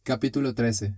Capítulo 13.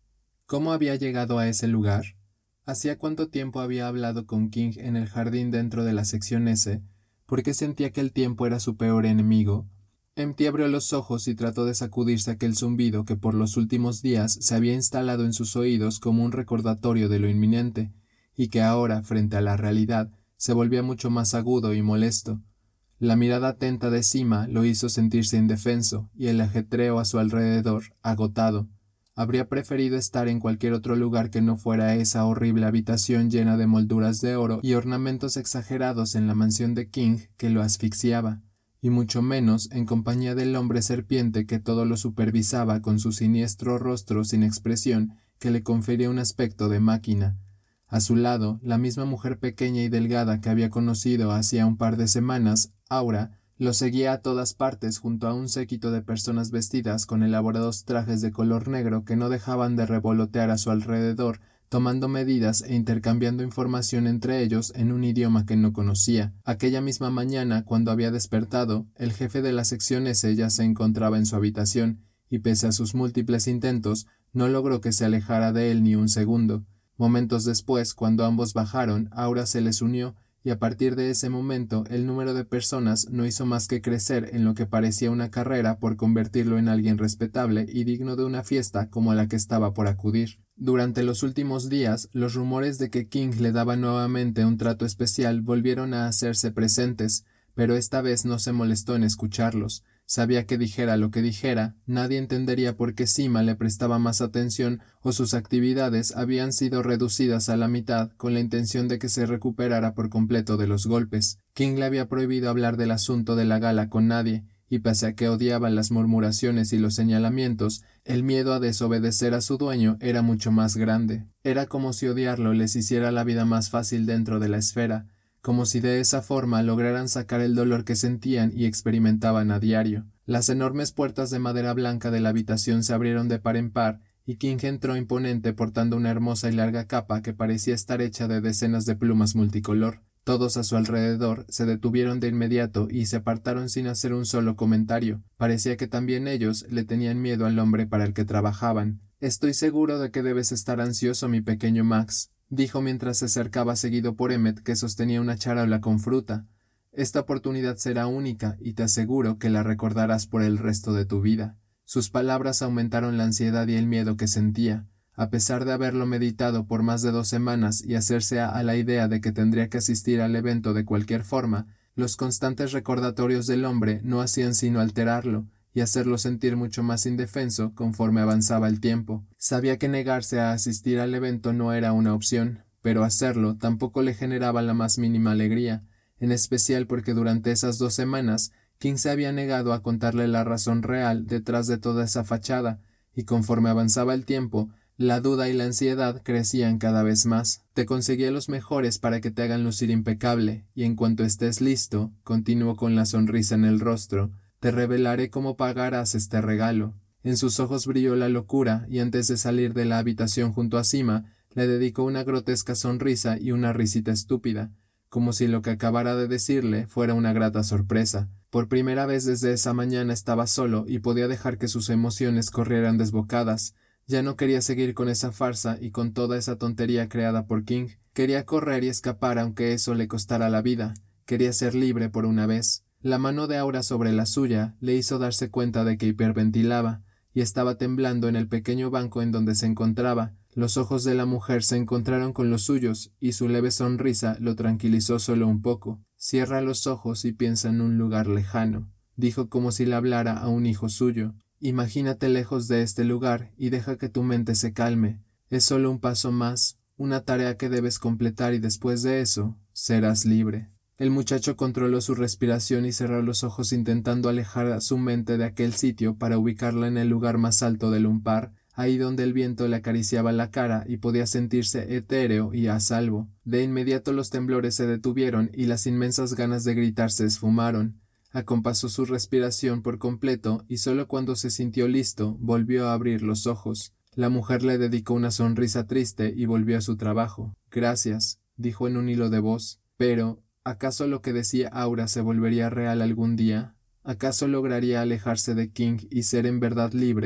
¿Cómo había llegado a ese lugar? ¿Hacía cuánto tiempo había hablado con King en el jardín dentro de la sección S? ¿Por qué sentía que el tiempo era su peor enemigo? Empty abrió los ojos y trató de sacudirse aquel zumbido que por los últimos días se había instalado en sus oídos como un recordatorio de lo inminente, y que ahora, frente a la realidad, se volvía mucho más agudo y molesto. La mirada atenta de Sima lo hizo sentirse indefenso, y el ajetreo a su alrededor, agotado. Habría preferido estar en cualquier otro lugar que no fuera esa horrible habitación llena de molduras de oro y ornamentos exagerados en la mansión de King que lo asfixiaba, y mucho menos en compañía del hombre serpiente que todo lo supervisaba con su siniestro rostro sin expresión que le confería un aspecto de máquina. A su lado, la misma mujer pequeña y delgada que había conocido hacía un par de semanas, Aura, lo seguía a todas partes junto a un séquito de personas vestidas con elaborados trajes de color negro que no dejaban de revolotear a su alrededor, tomando medidas e intercambiando información entre ellos en un idioma que no conocía. Aquella misma mañana, cuando había despertado, el jefe de la sección S ya se encontraba en su habitación, y pese a sus múltiples intentos, no logró que se alejara de él ni un segundo. Momentos después, cuando ambos bajaron, Aura se les unió, y a partir de ese momento el número de personas no hizo más que crecer en lo que parecía una carrera por convertirlo en alguien respetable y digno de una fiesta como a la que estaba por acudir. Durante los últimos días, los rumores de que King le daba nuevamente un trato especial volvieron a hacerse presentes, pero esta vez no se molestó en escucharlos. Sabía que dijera lo que dijera, nadie entendería por qué Sima le prestaba más atención o sus actividades habían sido reducidas a la mitad con la intención de que se recuperara por completo de los golpes. King le había prohibido hablar del asunto de la gala con nadie, y pese a que odiaba las murmuraciones y los señalamientos, el miedo a desobedecer a su dueño era mucho más grande. Era como si odiarlo les hiciera la vida más fácil dentro de la esfera, como si de esa forma lograran sacar el dolor que sentían y experimentaban a diario. Las enormes puertas de madera blanca de la habitación se abrieron de par en par, y King entró imponente portando una hermosa y larga capa que parecía estar hecha de decenas de plumas multicolor. Todos a su alrededor se detuvieron de inmediato y se apartaron sin hacer un solo comentario. Parecía que también ellos le tenían miedo al hombre para el que trabajaban. «Estoy seguro de que debes estar ansioso, mi pequeño Max», dijo mientras se acercaba seguido por Emmet, que sostenía una charola con fruta. «Esta oportunidad será única y te aseguro que la recordarás por el resto de tu vida». Sus palabras aumentaron la ansiedad y el miedo que sentía. A pesar de haberlo meditado por más de 2 semanas y hacerse a la idea de que tendría que asistir al evento de cualquier forma, los constantes recordatorios del hombre no hacían sino alterarlo y hacerlo sentir mucho más indefenso conforme avanzaba el tiempo. Sabía que negarse a asistir al evento no era una opción, pero hacerlo tampoco le generaba la más mínima alegría, en especial porque durante esas 2 semanas King se había negado a contarle la razón real detrás de toda esa fachada, y conforme avanzaba el tiempo, la duda y la ansiedad crecían cada vez más. «Te conseguí a los mejores para que te hagan lucir impecable, y en cuanto estés listo», continuó con la sonrisa en el rostro, «te revelaré cómo pagarás este regalo». En sus ojos brilló la locura, y antes de salir de la habitación junto a Sima, le dedicó una grotesca sonrisa y una risita estúpida, como si lo que acabara de decirle fuera una grata sorpresa. Por primera vez desde esa mañana estaba solo y podía dejar que sus emociones corrieran desbocadas. Ya no quería seguir con esa farsa y con toda esa tontería creada por King. Quería correr y escapar aunque eso le costara la vida. Quería ser libre por una vez. La mano de Aura sobre la suya le hizo darse cuenta de que hiperventilaba, y estaba temblando en el pequeño banco en donde se encontraba. Los ojos de la mujer se encontraron con los suyos, y su leve sonrisa lo tranquilizó solo un poco. «Cierra los ojos y piensa en un lugar lejano», dijo como si le hablara a un hijo suyo. «Imagínate lejos de este lugar y deja que tu mente se calme. Es solo un paso más, una tarea que debes completar y después de eso, serás libre». El muchacho controló su respiración y cerró los ojos intentando alejar a su mente de aquel sitio para ubicarla en el lugar más alto del Umpar, ahí donde el viento le acariciaba la cara y podía sentirse etéreo y a salvo. De inmediato los temblores se detuvieron y las inmensas ganas de gritar se esfumaron. Acompasó su respiración por completo y solo cuando se sintió listo volvió a abrir los ojos. La mujer le dedicó una sonrisa triste y volvió a su trabajo. «Gracias», dijo en un hilo de voz. Pero, ¿acaso lo que decía Aura se volvería real algún día? ¿Acaso lograría alejarse de King y ser en verdad libre?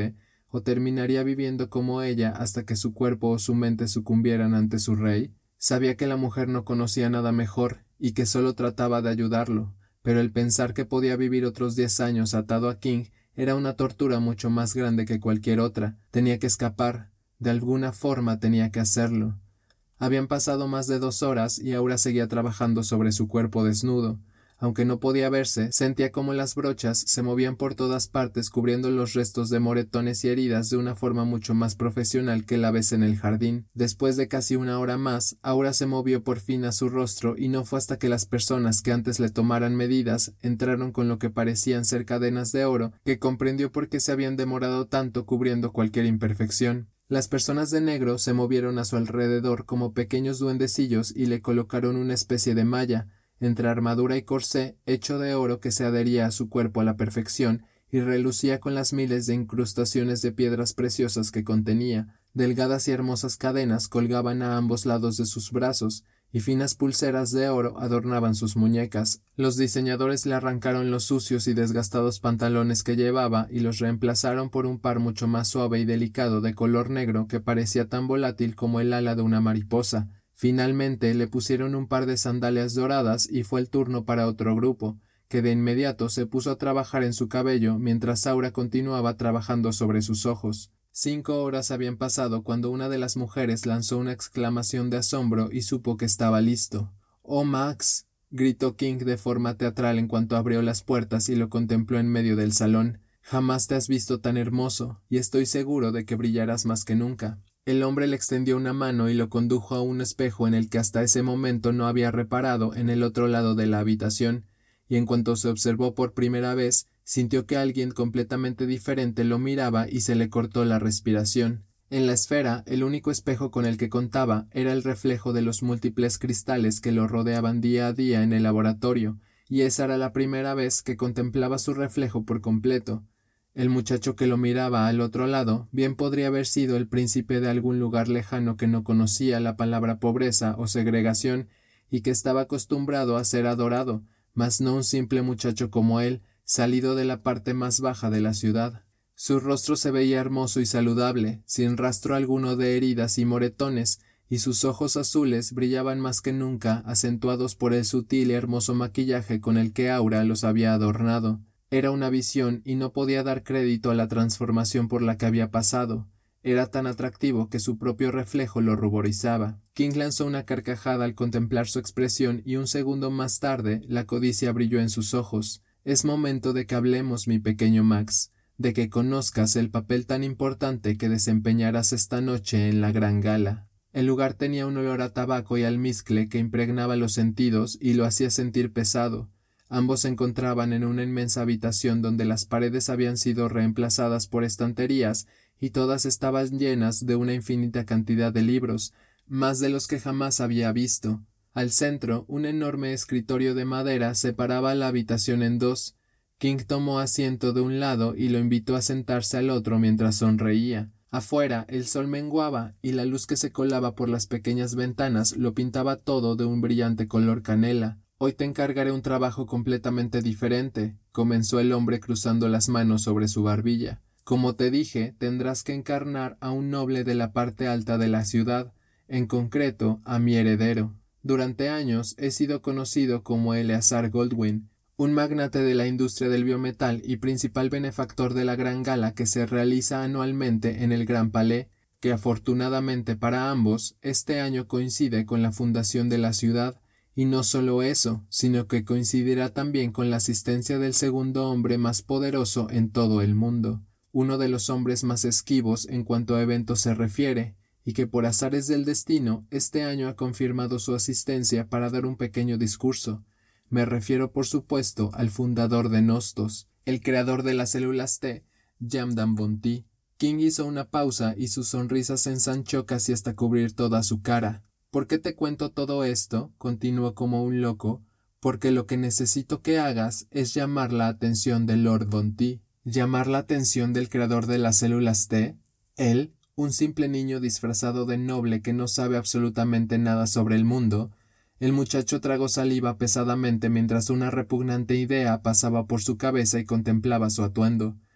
o terminaría viviendo como ella hasta que su cuerpo o su mente sucumbieran ante su rey. Sabía que la mujer no conocía nada mejor y que solo trataba de ayudarlo, pero el pensar que podía vivir otros 10 años atado a King era una tortura mucho más grande que cualquier otra. Tenía que escapar. De alguna forma tenía que hacerlo. Habían pasado más de 2 horas y Aura seguía trabajando sobre su cuerpo desnudo. Aunque no podía verse, sentía como las brochas se movían por todas partes cubriendo los restos de moretones y heridas de una forma mucho más profesional que la vez en el jardín. Después de casi 1 hora más, Aura se movió por fin a su rostro y no fue hasta que las personas que antes le tomaran medidas entraron con lo que parecían ser cadenas de oro que comprendió por qué se habían demorado tanto cubriendo cualquier imperfección. Las personas de negro se movieron a su alrededor como pequeños duendecillos y le colocaron una especie de malla, entre armadura y corsé, hecho de oro que se adhería a su cuerpo a la perfección y relucía con las miles de incrustaciones de piedras preciosas que contenía. Delgadas y hermosas cadenas colgaban a ambos lados de sus brazos, y finas pulseras de oro adornaban sus muñecas. Los diseñadores le arrancaron los sucios y desgastados pantalones que llevaba y los reemplazaron por un par mucho más suave y delicado de color negro que parecía tan volátil como el ala de una mariposa. Finalmente le pusieron un par de sandalias doradas y fue el turno para otro grupo, que de inmediato se puso a trabajar en su cabello mientras Aura continuaba trabajando sobre sus ojos. 5 horas habían pasado cuando una de las mujeres lanzó una exclamación de asombro y supo que estaba listo. «¡Oh, Max!», gritó King de forma teatral en cuanto abrió las puertas y lo contempló en medio del salón. «Jamás te has visto tan hermoso, y estoy seguro de que brillarás más que nunca». El hombre le extendió una mano y lo condujo a un espejo en el que hasta ese momento no había reparado en el otro lado de la habitación, y en cuanto se observó por primera vez, sintió que alguien completamente diferente lo miraba y se le cortó la respiración. En la esfera, el único espejo con el que contaba era el reflejo de los múltiples cristales que lo rodeaban día a día en el laboratorio, y esa era la primera vez que contemplaba su reflejo por completo. El muchacho que lo miraba al otro lado bien podría haber sido el príncipe de algún lugar lejano que no conocía la palabra pobreza o segregación y que estaba acostumbrado a ser adorado, mas no un simple muchacho como él, salido de la parte más baja de la ciudad. Su rostro se veía hermoso y saludable, sin rastro alguno de heridas y moretones, y sus ojos azules brillaban más que nunca, acentuados por el sutil y hermoso maquillaje con el que Aura los había adornado. Era una visión y no podía dar crédito a la transformación por la que había pasado. Era tan atractivo que su propio reflejo lo ruborizaba. King lanzó una carcajada al contemplar su expresión y un segundo más tarde la codicia brilló en sus ojos. «Es momento de que hablemos, mi pequeño Max, de que conozcas el papel tan importante que desempeñarás esta noche en la gran gala». El lugar tenía un olor a tabaco y almizcle que impregnaba los sentidos y lo hacía sentir pesado. Ambos se encontraban en una inmensa habitación donde las paredes habían sido reemplazadas por estanterías y todas estaban llenas de una infinita cantidad de libros, más de los que jamás había visto. Al centro, un enorme escritorio de madera separaba la habitación en dos. King tomó asiento de un lado y lo invitó a sentarse al otro mientras sonreía. Afuera, el sol menguaba y la luz que se colaba por las pequeñas ventanas lo pintaba todo de un brillante color canela. «Hoy te encargaré un trabajo completamente diferente», comenzó el hombre cruzando las manos sobre su barbilla. «Como te dije, tendrás que encarnar a un noble de la parte alta de la ciudad, en concreto, a mi heredero. Durante años he sido conocido como Eleazar Goldwyn, un magnate de la industria del biometal y principal benefactor de la gran gala que se realiza anualmente en el Gran Palais, que afortunadamente para ambos, este año coincide con la fundación de la ciudad. Y no solo eso, sino que coincidirá también con la asistencia del segundo hombre más poderoso en todo el mundo, uno de los hombres más esquivos en cuanto a eventos se refiere, y que por azares del destino este año ha confirmado su asistencia para dar un pequeño discurso. Me refiero, por supuesto, al fundador de Nostos, el creador de las células T, Jamdan Bonti». King hizo una pausa y su sonrisa se ensanchó casi hasta cubrir toda su cara. «¿Por qué te cuento todo esto?», continuó como un loco. «Porque lo que necesito que hagas es llamar la atención de Lord Bonti». «¿Llamar la atención del creador de las células T? Él, un simple niño disfrazado de noble que no sabe absolutamente nada sobre el mundo». El muchacho tragó saliva pesadamente mientras una repugnante idea pasaba por su cabeza y contemplaba su atuendo.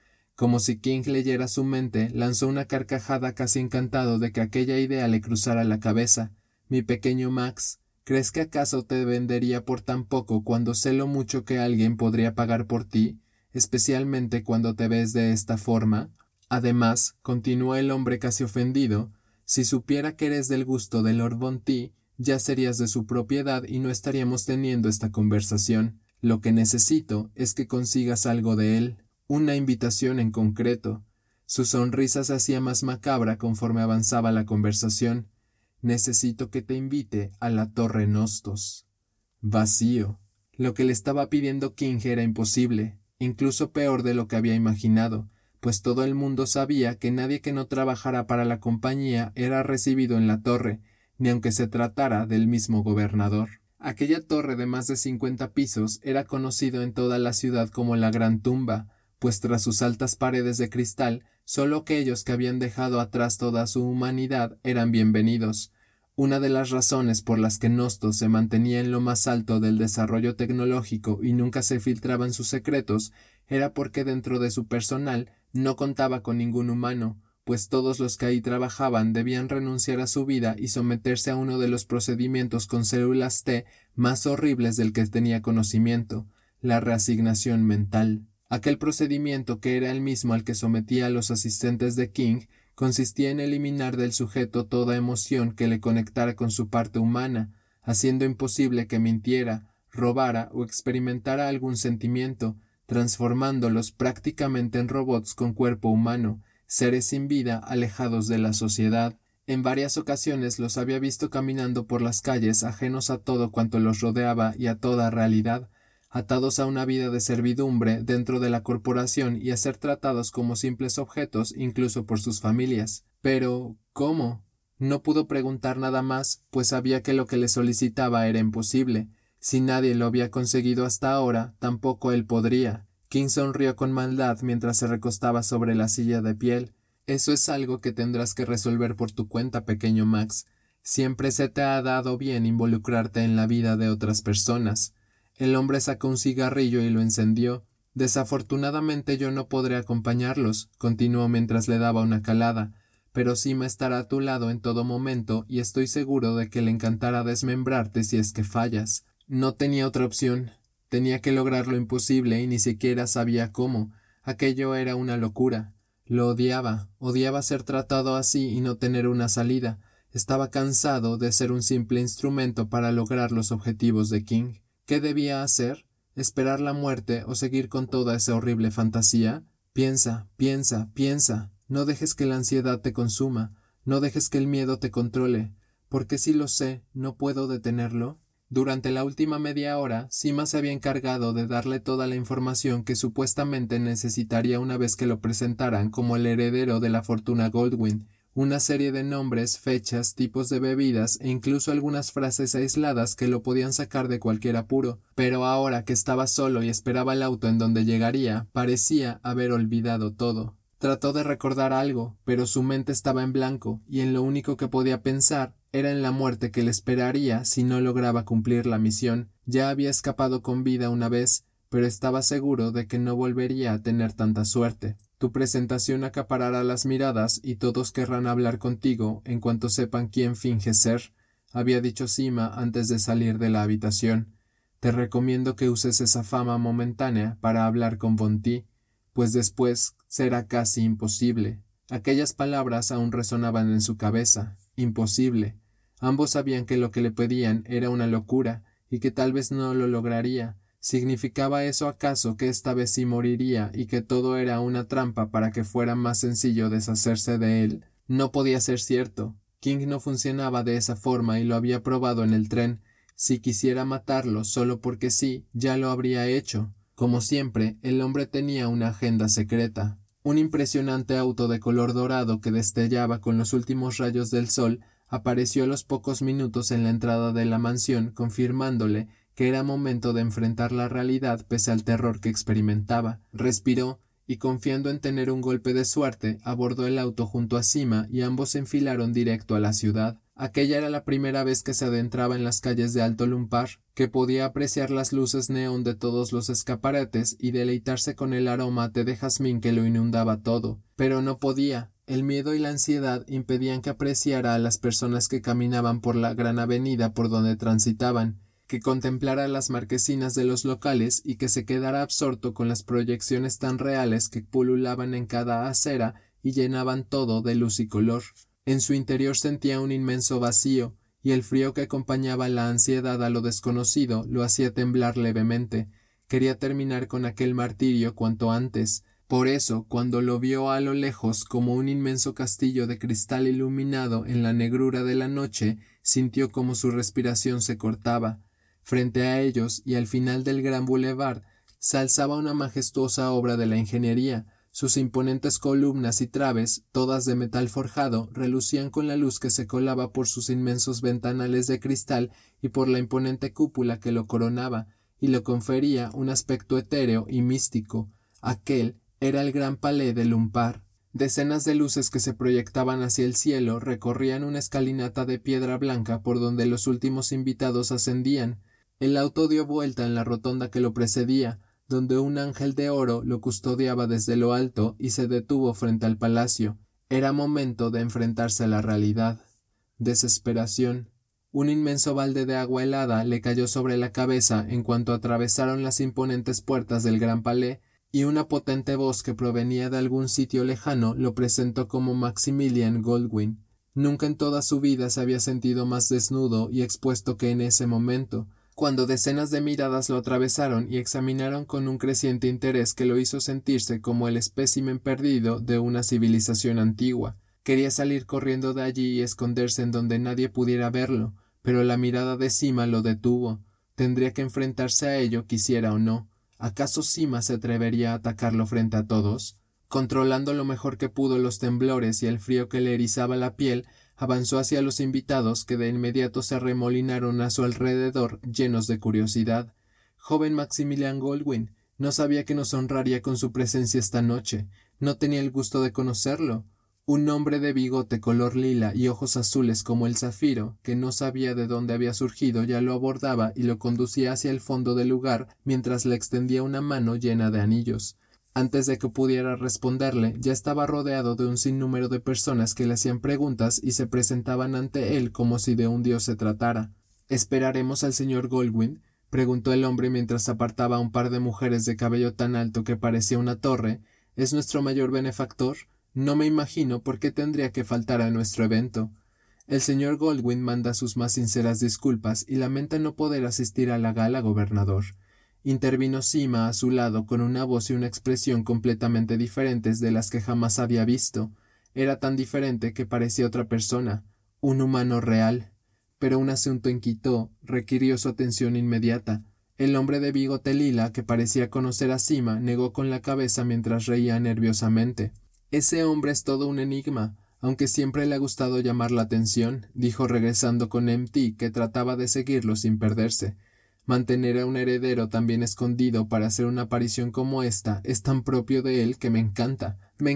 Como si King leyera su mente, lanzó una carcajada casi encantado de que aquella idea le cruzara la cabeza. Mi pequeño Max, ¿crees que acaso te vendería por tan poco cuando sé lo mucho que alguien podría pagar por ti, especialmente cuando te ves de esta forma? Además, continuó el hombre casi ofendido, si supiera que eres del gusto de Lord Bonty, ya serías de su propiedad y no estaríamos teniendo esta conversación. Lo que necesito es que consigas algo de él, una invitación en concreto. Su sonrisa se hacía más macabra conforme avanzaba la conversación. Necesito que te invite a la Torre Nostos. Vacío. Lo que le estaba pidiendo King era imposible, incluso peor de lo que había imaginado, pues todo el mundo sabía que nadie que no trabajara para la compañía era recibido en la torre, ni aunque se tratara del mismo gobernador. Aquella torre de más de 50 pisos era conocido en toda la ciudad como la Gran Tumba, pues tras sus altas paredes de cristal, solo aquellos que habían dejado atrás toda su humanidad eran bienvenidos. Una de las razones por las que Nostos se mantenía en lo más alto del desarrollo tecnológico y nunca se filtraban sus secretos era porque dentro de su personal no contaba con ningún humano, pues todos los que ahí trabajaban debían renunciar a su vida y someterse a uno de los procedimientos con células T más horribles del que tenía conocimiento, la reasignación mental. Aquel procedimiento, que era el mismo al que sometía a los asistentes de King, consistía en eliminar del sujeto toda emoción que le conectara con su parte humana, haciendo imposible que mintiera, robara o experimentara algún sentimiento, transformándolos prácticamente en robots con cuerpo humano, seres sin vida alejados de la sociedad. En varias ocasiones los había visto caminando por las calles ajenos a todo cuanto los rodeaba y a toda realidad, atados a una vida de servidumbre dentro de la corporación y a ser tratados como simples objetos incluso por sus familias. Pero, ¿cómo? No pudo preguntar nada más, pues sabía que lo que le solicitaba era imposible. Si nadie lo había conseguido hasta ahora, tampoco él podría. King sonrió con maldad mientras se recostaba sobre la silla de piel. Eso es algo que tendrás que resolver por tu cuenta, pequeño Max. Siempre se te ha dado bien involucrarte en la vida de otras personas. El hombre sacó un cigarrillo y lo encendió. Desafortunadamente yo no podré acompañarlos, continuó mientras le daba una calada, pero Sima estará a tu lado en todo momento y estoy seguro de que le encantará desmembrarte si es que fallas. No tenía otra opción. Tenía que lograr lo imposible y ni siquiera sabía cómo. Aquello era una locura. Lo odiaba ser tratado así y no tener una salida. Estaba cansado de ser un simple instrumento para lograr los objetivos de King. ¿Qué debía hacer? ¿Esperar la muerte o seguir con toda esa horrible fantasía? Piensa, piensa, piensa. No dejes que la ansiedad te consuma. No dejes que el miedo te controle. Porque si lo sé, ¿no puedo detenerlo? Durante la última media hora, Sima se había encargado de darle toda la información que supuestamente necesitaría una vez que lo presentaran como el heredero de la fortuna Goldwyn, una serie de nombres, fechas, tipos de bebidas e incluso algunas frases aisladas que lo podían sacar de cualquier apuro. Pero ahora que estaba solo y esperaba el auto en donde llegaría, parecía haber olvidado todo. Trató de recordar algo, pero su mente estaba en blanco, y en lo único que podía pensar era en la muerte que le esperaría si no lograba cumplir la misión. Ya había escapado con vida una vez, pero estaba seguro de que no volvería a tener tanta suerte. Tu presentación acaparará las miradas y todos querrán hablar contigo en cuanto sepan quién finge ser, había dicho Sima antes de salir de la habitación. Te recomiendo que uses esa fama momentánea para hablar con Bonty, pues después será casi imposible. Aquellas palabras aún resonaban en su cabeza. Imposible. Ambos sabían que lo que le pedían era una locura y que tal vez no lo lograría. ¿Significaba eso acaso que esta vez sí moriría y que todo era una trampa para que fuera más sencillo deshacerse de él? No podía ser cierto. King no funcionaba de esa forma y lo había probado en el tren. Si quisiera matarlo solo porque sí, ya lo habría hecho. Como siempre, el hombre tenía una agenda secreta. Un impresionante auto de color dorado que destellaba con los últimos rayos del sol apareció a los pocos minutos en la entrada de la mansión, confirmándole que era momento de enfrentar la realidad pese al terror que experimentaba. Respiró y, confiando en tener un golpe de suerte, abordó el auto junto a Sima y ambos se enfilaron directo a la ciudad. Aquella era la primera vez que se adentraba en las calles de Alto Lumpar, que podía apreciar las luces neón de todos los escaparates y deleitarse con el aroma de jazmín que lo inundaba todo. Pero no podía. El miedo y la ansiedad impedían que apreciara a las personas que caminaban por la gran avenida por donde transitaban, que contemplara las marquesinas de los locales y que se quedara absorto con las proyecciones tan reales que pululaban en cada acera y llenaban todo de luz y color. En su interior sentía un inmenso vacío, y el frío que acompañaba la ansiedad a lo desconocido lo hacía temblar levemente. Quería terminar con aquel martirio cuanto antes. Por eso, cuando lo vio a lo lejos como un inmenso castillo de cristal iluminado en la negrura de la noche, sintió como su respiración se cortaba. Frente a ellos y al final del gran boulevard se alzaba una majestuosa obra de la ingeniería. Sus imponentes columnas y traves, todas de metal forjado, relucían con la luz que se colaba por sus inmensos ventanales de cristal y por la imponente cúpula que lo coronaba, y le confería un aspecto etéreo y místico. Aquel era el gran palais de Lumpar. Decenas de luces que se proyectaban hacia el cielo recorrían una escalinata de piedra blanca por donde los últimos invitados ascendían. El auto dio vuelta en la rotonda que lo precedía, donde un ángel de oro lo custodiaba desde lo alto y se detuvo frente al palacio. Era momento de enfrentarse a la realidad. Desesperación. Un inmenso balde de agua helada le cayó sobre la cabeza en cuanto atravesaron las imponentes puertas del gran palais, y una potente voz que provenía de algún sitio lejano lo presentó como Maximilian Goldwyn. Nunca en toda su vida se había sentido más desnudo y expuesto que en ese momento, cuando decenas de miradas lo atravesaron y examinaron con un creciente interés que lo hizo sentirse como el espécimen perdido de una civilización antigua. Quería salir corriendo de allí y esconderse en donde nadie pudiera verlo, pero la mirada de Sima lo detuvo. Tendría que enfrentarse a ello, quisiera o no. ¿Acaso Sima se atrevería a atacarlo frente a todos? Controlando lo mejor que pudo los temblores y el frío que le erizaba la piel, avanzó hacia los invitados, que de inmediato se arremolinaron a su alrededor, llenos de curiosidad. Joven Maximilian Goldwyn, no sabía que nos honraría con su presencia esta noche. No tenía el gusto de conocerlo. Un hombre de bigote color lila y ojos azules como el zafiro, que no sabía de dónde había surgido, ya lo abordaba y lo conducía hacia el fondo del lugar mientras le extendía una mano llena de anillos. Antes de que pudiera responderle, ya estaba rodeado de un sinnúmero de personas que le hacían preguntas y se presentaban ante él como si de un dios se tratara. —¿Esperaremos al señor Goldwyn? —preguntó el hombre mientras apartaba a un par de mujeres de cabello tan alto que parecía una torre. —¿Es nuestro mayor benefactor? No me imagino por qué tendría que faltar a nuestro evento. El señor Goldwyn manda sus más sinceras disculpas y lamenta no poder asistir a la gala, gobernador. Intervino Sima a su lado con una voz y una expresión completamente diferentes de las que jamás había visto. Era tan diferente que parecía otra persona, un humano real. Pero un asunto en Quito requirió su atención inmediata. El hombre de bigote lila, que parecía conocer a Sima, negó con la cabeza mientras reía nerviosamente. Ese hombre es todo un enigma, aunque siempre le ha gustado llamar la atención, dijo regresando con MT, que trataba de seguirlo sin perderse. Mantener a un heredero tan bien escondido para hacer una aparición como esta es tan propio de él que me encanta,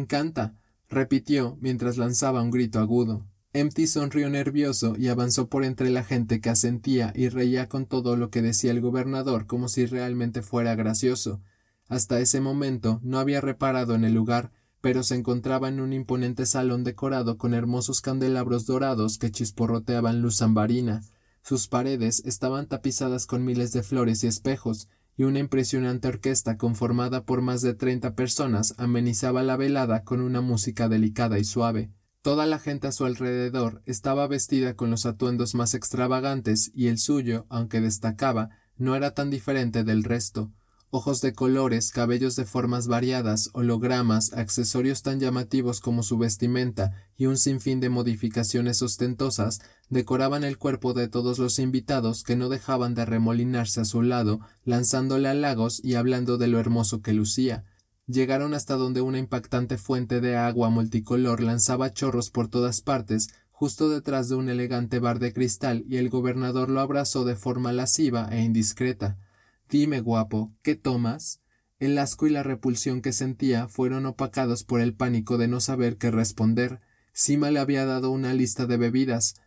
repitió mientras lanzaba un grito agudo. MT sonrió nervioso y avanzó por entre la gente que asentía y reía con todo lo que decía el gobernador como si realmente fuera gracioso. Hasta ese momento no había reparado en el lugar, pero se encontraba en un imponente salón decorado con hermosos candelabros dorados que chisporroteaban luz ambarina. Sus paredes estaban tapizadas con miles de flores y espejos, y una impresionante orquesta conformada por más de 30 personas amenizaba la velada con una música delicada y suave. Toda la gente a su alrededor estaba vestida con los atuendos más extravagantes y el suyo, aunque destacaba, no era tan diferente del resto. Ojos de colores, cabellos de formas variadas, hologramas, accesorios tan llamativos como su vestimenta y un sinfín de modificaciones ostentosas decoraban el cuerpo de todos los invitados, que no dejaban de arremolinarse a su lado, lanzándole halagos y hablando de lo hermoso que lucía. Llegaron hasta donde una impactante fuente de agua multicolor lanzaba chorros por todas partes, justo detrás de un elegante bar de cristal, y el gobernador lo abrazó de forma lasciva e indiscreta. —Dime, guapo, ¿qué tomas? El asco y la repulsión que sentía fueron opacados por el pánico de no saber qué responder. Sima le había dado una lista de bebidas,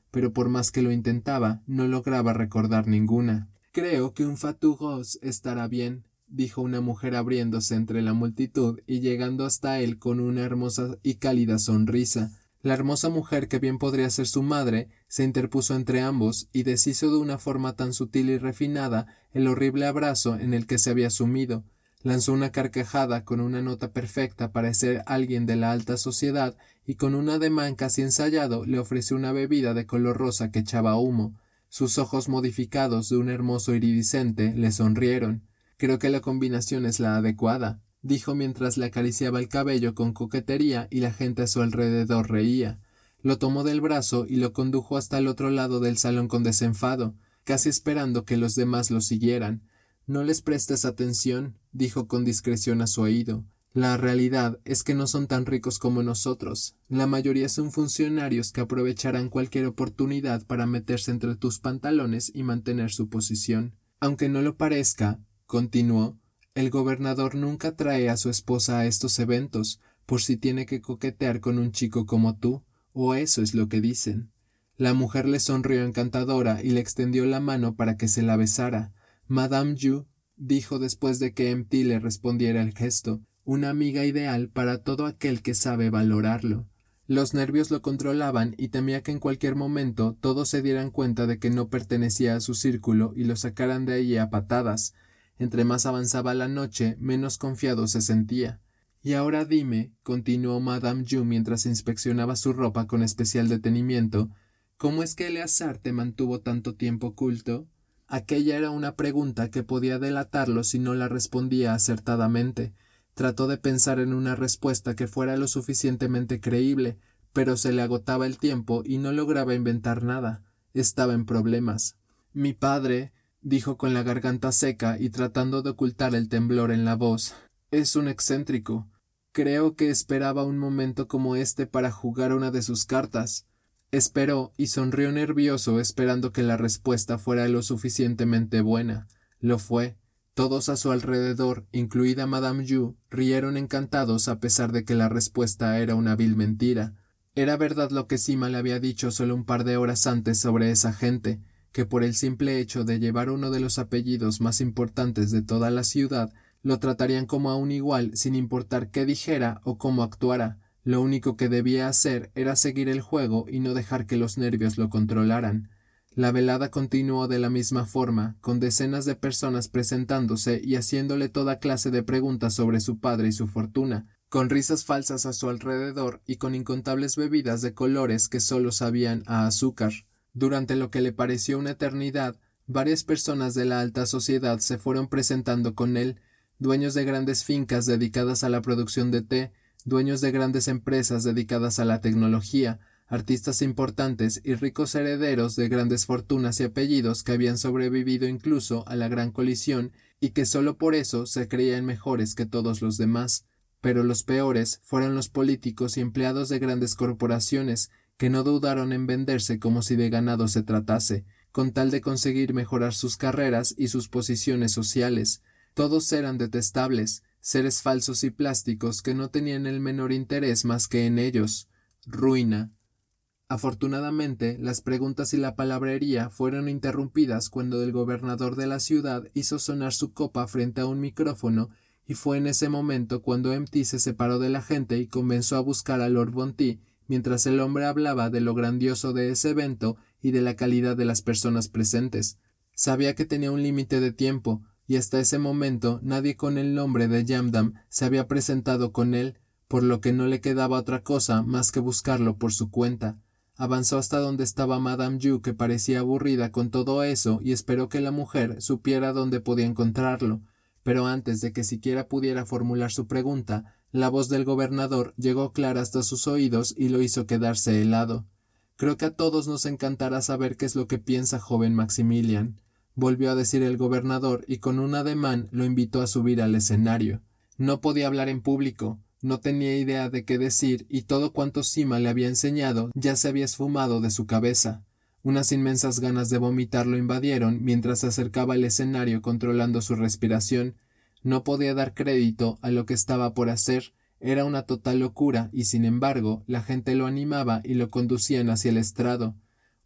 pero por más que lo intentaba, no lograba recordar ninguna. «Creo que un Fatou Rose estará bien», dijo una mujer abriéndose entre la multitud y llegando hasta él con una hermosa y cálida sonrisa. La hermosa mujer, que bien podría ser su madre, se interpuso entre ambos y deshizo de una forma tan sutil y refinada el horrible abrazo en el que se había sumido. Lanzó una carcajada con una nota perfecta para ser alguien de la alta sociedad y con un ademán casi ensayado le ofreció una bebida de color rosa que echaba humo. Sus ojos modificados de un hermoso iridiscente le sonrieron. «Creo que la combinación es la adecuada», dijo mientras le acariciaba el cabello con coquetería y la gente a su alrededor reía. Lo tomó del brazo y lo condujo hasta el otro lado del salón con desenfado, casi esperando que los demás lo siguieran. «No les prestes atención», dijo con discreción a su oído. «La realidad es que no son tan ricos como nosotros. La mayoría son funcionarios que aprovecharán cualquier oportunidad para meterse entre tus pantalones y mantener su posición. Aunque no lo parezca», continuó, «el gobernador nunca trae a su esposa a estos eventos, por si tiene que coquetear con un chico como tú, o eso es lo que dicen». La mujer le sonrió encantadora y le extendió la mano para que se la besara. «Madame Yu», dijo después de que MT le respondiera el gesto, «una amiga ideal para todo aquel que sabe valorarlo». Los nervios lo controlaban y temía que en cualquier momento todos se dieran cuenta de que no pertenecía a su círculo y lo sacaran de allí a patadas. Entre más avanzaba la noche, menos confiado se sentía. «Y ahora dime», continuó Madame Yu mientras inspeccionaba su ropa con especial detenimiento, «¿cómo es que Eleazar te mantuvo tanto tiempo oculto?» Aquella era una pregunta que podía delatarlo si no la respondía acertadamente. Trató de pensar en una respuesta que fuera lo suficientemente creíble, pero se le agotaba el tiempo y no lograba inventar nada. Estaba en problemas. «Mi padre», dijo con la garganta seca y tratando de ocultar el temblor en la voz, «es un excéntrico. Creo que esperaba un momento como este para jugar una de sus cartas». Esperó y sonrió nervioso esperando que la respuesta fuera lo suficientemente buena. Lo fue. Todos a su alrededor, incluida Madame Yu, rieron encantados a pesar de que la respuesta era una vil mentira. Era verdad lo que Sima le había dicho solo un par de horas antes sobre esa gente, que por el simple hecho de llevar uno de los apellidos más importantes de toda la ciudad, lo tratarían como a un igual sin importar qué dijera o cómo actuara. Lo único que debía hacer era seguir el juego y no dejar que los nervios lo controlaran. La velada continuó de la misma forma, con decenas de personas presentándose y haciéndole toda clase de preguntas sobre su padre y su fortuna, con risas falsas a su alrededor y con incontables bebidas de colores que solo sabían a azúcar. Durante lo que le pareció una eternidad, varias personas de la alta sociedad se fueron presentando con él, dueños de grandes fincas dedicadas a la producción de té, dueños de grandes empresas dedicadas a la tecnología, artistas importantes y ricos herederos de grandes fortunas y apellidos que habían sobrevivido incluso a la gran colisión y que solo por eso se creían mejores que todos los demás. Pero los peores fueron los políticos y empleados de grandes corporaciones, que no dudaron en venderse como si de ganado se tratase, con tal de conseguir mejorar sus carreras y sus posiciones sociales. Todos eran detestables, seres falsos y plásticos que no tenían el menor interés más que en ellos. Ruina. Afortunadamente, las preguntas y la palabrería fueron interrumpidas cuando el gobernador de la ciudad hizo sonar su copa frente a un micrófono, y fue en ese momento cuando MT se separó de la gente y comenzó a buscar a Lord Bonty, mientras el hombre hablaba de lo grandioso de ese evento y de la calidad de las personas presentes. Sabía que tenía un límite de tiempo, y hasta ese momento nadie con el nombre de Yamdam se había presentado con él, por lo que no le quedaba otra cosa más que buscarlo por su cuenta. Avanzó hasta donde estaba Madame Yu, que parecía aburrida con todo eso, y esperó que la mujer supiera dónde podía encontrarlo, pero antes de que siquiera pudiera formular su pregunta, la voz del gobernador llegó clara hasta sus oídos y lo hizo quedarse helado. «Creo que a todos nos encantará saber qué es lo que piensa, joven Maximilian», volvió a decir el gobernador y con un ademán lo invitó a subir al escenario. No podía hablar en público, no tenía idea de qué decir y todo cuanto Sima le había enseñado ya se había esfumado de su cabeza. Unas inmensas ganas de vomitar lo invadieron mientras se acercaba al escenario controlando su respiración. No podía dar crédito a lo que estaba por hacer, era una total locura y sin embargo la gente lo animaba y lo conducían hacia el estrado.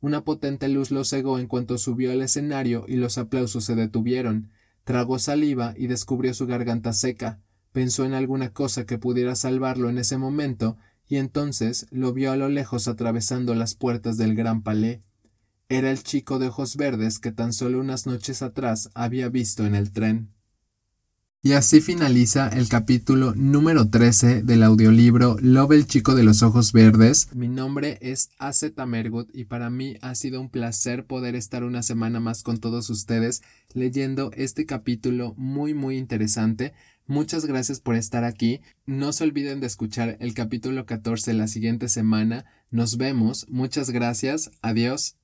Una potente luz lo cegó en cuanto subió al escenario y los aplausos se detuvieron. Tragó saliva y descubrió su garganta seca. Pensó en alguna cosa que pudiera salvarlo en ese momento, y entonces lo vio a lo lejos atravesando las puertas del Gran Palais. Era el chico de ojos verdes que tan solo unas noches atrás había visto en el tren. Y así finaliza el capítulo número 13 del audiolibro Love, el chico de los ojos verdes. Mi nombre es AZ Tamergut y para mí ha sido un placer poder estar una semana más con todos ustedes leyendo este capítulo muy interesante. Muchas gracias por estar aquí. No se olviden de escuchar el capítulo 14 la siguiente semana. Nos vemos. Muchas gracias. Adiós.